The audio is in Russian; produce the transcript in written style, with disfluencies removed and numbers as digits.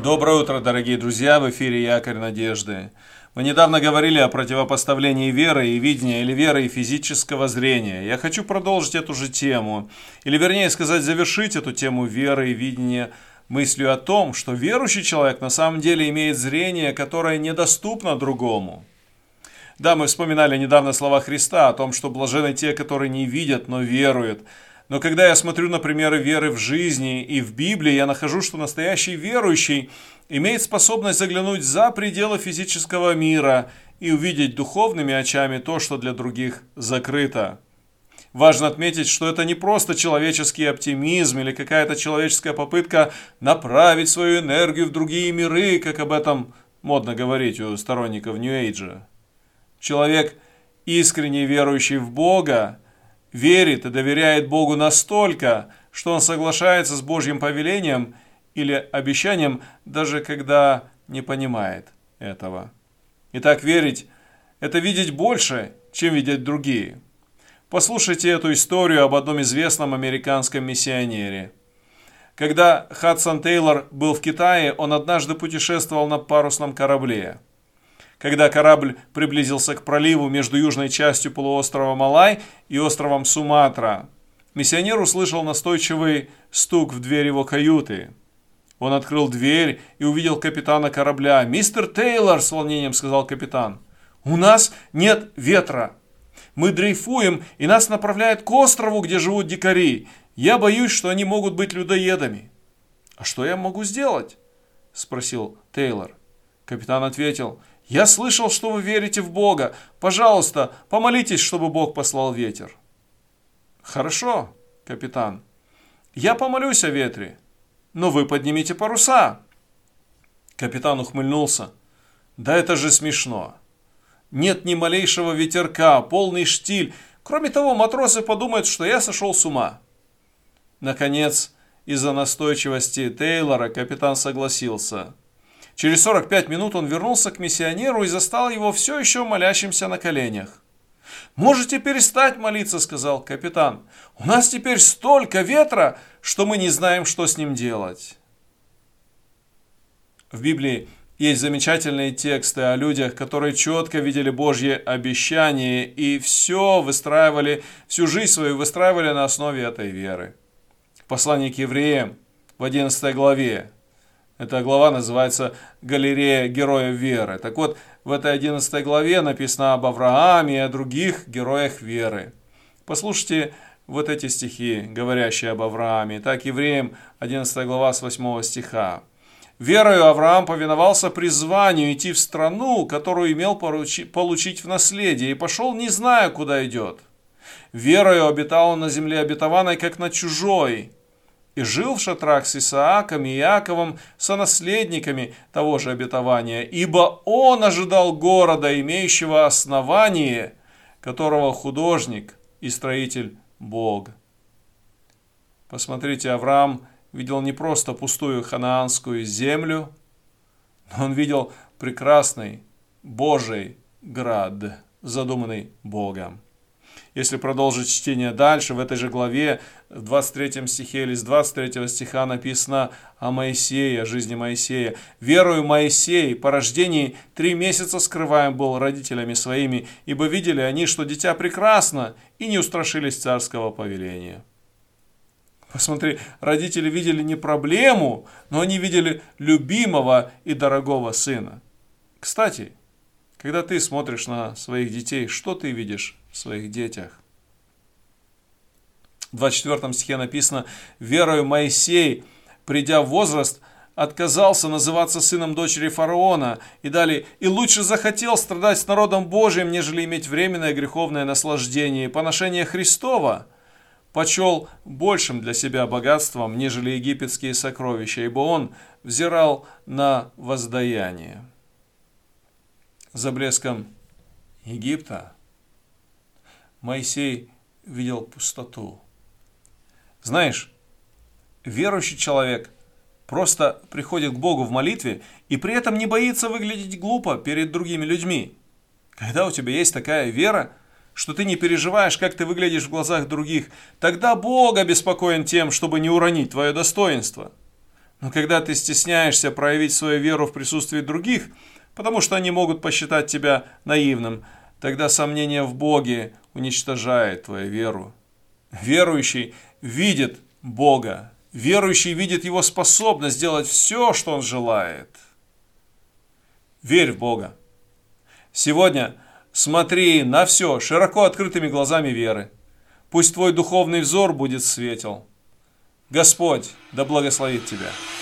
Доброе утро, дорогие друзья! В эфире «Якорь надежды». Мы недавно говорили о противопоставлении веры и видения, или веры и физического зрения. Я хочу продолжить эту же тему, или вернее сказать, завершить эту тему веры и видения мыслью о том, что верующий человек на самом деле имеет зрение, которое недоступно другому. Да, мы вспоминали недавно слова Христа о том, что блаженны те, которые не видят, но веруют. Но когда я смотрю на примеры веры в жизни и в Библии, я нахожу, что настоящий верующий имеет способность заглянуть за пределы физического мира и увидеть духовными очами то, что для других закрыто. Важно отметить, что это не просто человеческий оптимизм или какая-то человеческая попытка направить свою энергию в другие миры, как об этом модно говорить у сторонников Нью-Эйджа. Человек, искренне верующий в Бога, верит и доверяет Богу настолько, что он соглашается с Божьим повелением или обещанием, даже когда не понимает этого. Итак, верить – это видеть больше, чем видят другие. Послушайте эту историю об одном известном американском миссионере. Когда Хадсон Тейлор был в Китае, он однажды путешествовал на парусном корабле. Когда корабль приблизился к проливу между южной частью полуострова Малай и островом Суматра, миссионер услышал настойчивый стук в дверь его каюты. Он открыл дверь и увидел капитана корабля. «Мистер Тейлор», — с волнением сказал капитан, — «у нас нет ветра. Мы дрейфуем, и нас направляют к острову, где живут дикари. Я боюсь, что они могут быть людоедами». «А что я могу сделать?» — спросил Тейлор. Капитан ответил: «Я слышал, что вы верите в Бога. Пожалуйста, помолитесь, чтобы Бог послал ветер». «Хорошо, капитан. Я помолюсь о ветре, но вы поднимите паруса». Капитан ухмыльнулся. «Да это же смешно. Нет ни малейшего ветерка, полный штиль. Кроме того, матросы подумают, что я сошел с ума». Наконец, из-за настойчивости Тейлора капитан согласился. Через 45 минут он вернулся к миссионеру и застал его все еще молящимся на коленях. «Можете перестать молиться», — сказал капитан. «У нас теперь столько ветра, что мы не знаем, что с ним делать». В Библии есть замечательные тексты о людях, которые четко видели Божье обещание и всю жизнь свою выстраивали на основе этой веры. В послании к евреям в 11 главе, эта глава называется «Галерея героев веры». Так вот, в этой 11 главе написано об Аврааме и о других героях веры. Послушайте вот эти стихи, говорящие об Аврааме. Так, Евреям 11 глава с 8 стиха. «Верою Авраам повиновался призванию идти в страну, которую имел получить в наследие, и пошел, не зная, куда идет. Верою обитал он на земле обетованной, как на чужой, и жил в шатрах с Исааком и Иаковом, сонаследниками того же обетования, ибо он ожидал города, имеющего основание, которого художник и строитель Бог». Посмотрите, Авраам видел не просто пустую ханаанскую землю, но он видел прекрасный Божий град, задуманный Богом. Если продолжить чтение дальше, в этой же главе, в 23 стихе или с 23 стиха написано о Моисее, о жизни Моисея. «Верою Моисей по рождении 3 месяца скрываем был родителями своими, ибо видели они, что дитя прекрасно, и не устрашились царского повеления». Посмотри, родители видели не проблему, но они видели любимого и дорогого сына. Кстати, когда ты смотришь на своих детей, что ты видишь в своих детях? В 24 стихе написано: «Верою Моисей, придя в возраст, отказался называться сыном дочери фараона». И далее: «И лучше захотел страдать с народом Божиим, нежели иметь временное греховное наслаждение. Поношение Христова почел большим для себя богатством, нежели египетские сокровища, ибо он взирал на воздаяние». За блеском Египта Моисей видел пустоту. Знаешь, верующий человек просто приходит к Богу в молитве и при этом не боится выглядеть глупо перед другими людьми. Когда у тебя есть такая вера, что ты не переживаешь, как ты выглядишь в глазах других, тогда Бог обеспокоен тем, чтобы не уронить твое достоинство. Но когда ты стесняешься проявить свою веру в присутствии других, потому что они могут посчитать тебя наивным, тогда сомнение в Боге уничтожает твою веру. Верующий видит Бога. Верующий видит Его способность сделать все, что он желает. Верь в Бога. Сегодня смотри на все широко открытыми глазами веры. Пусть твой духовный взор будет светел. Господь да благословит тебя.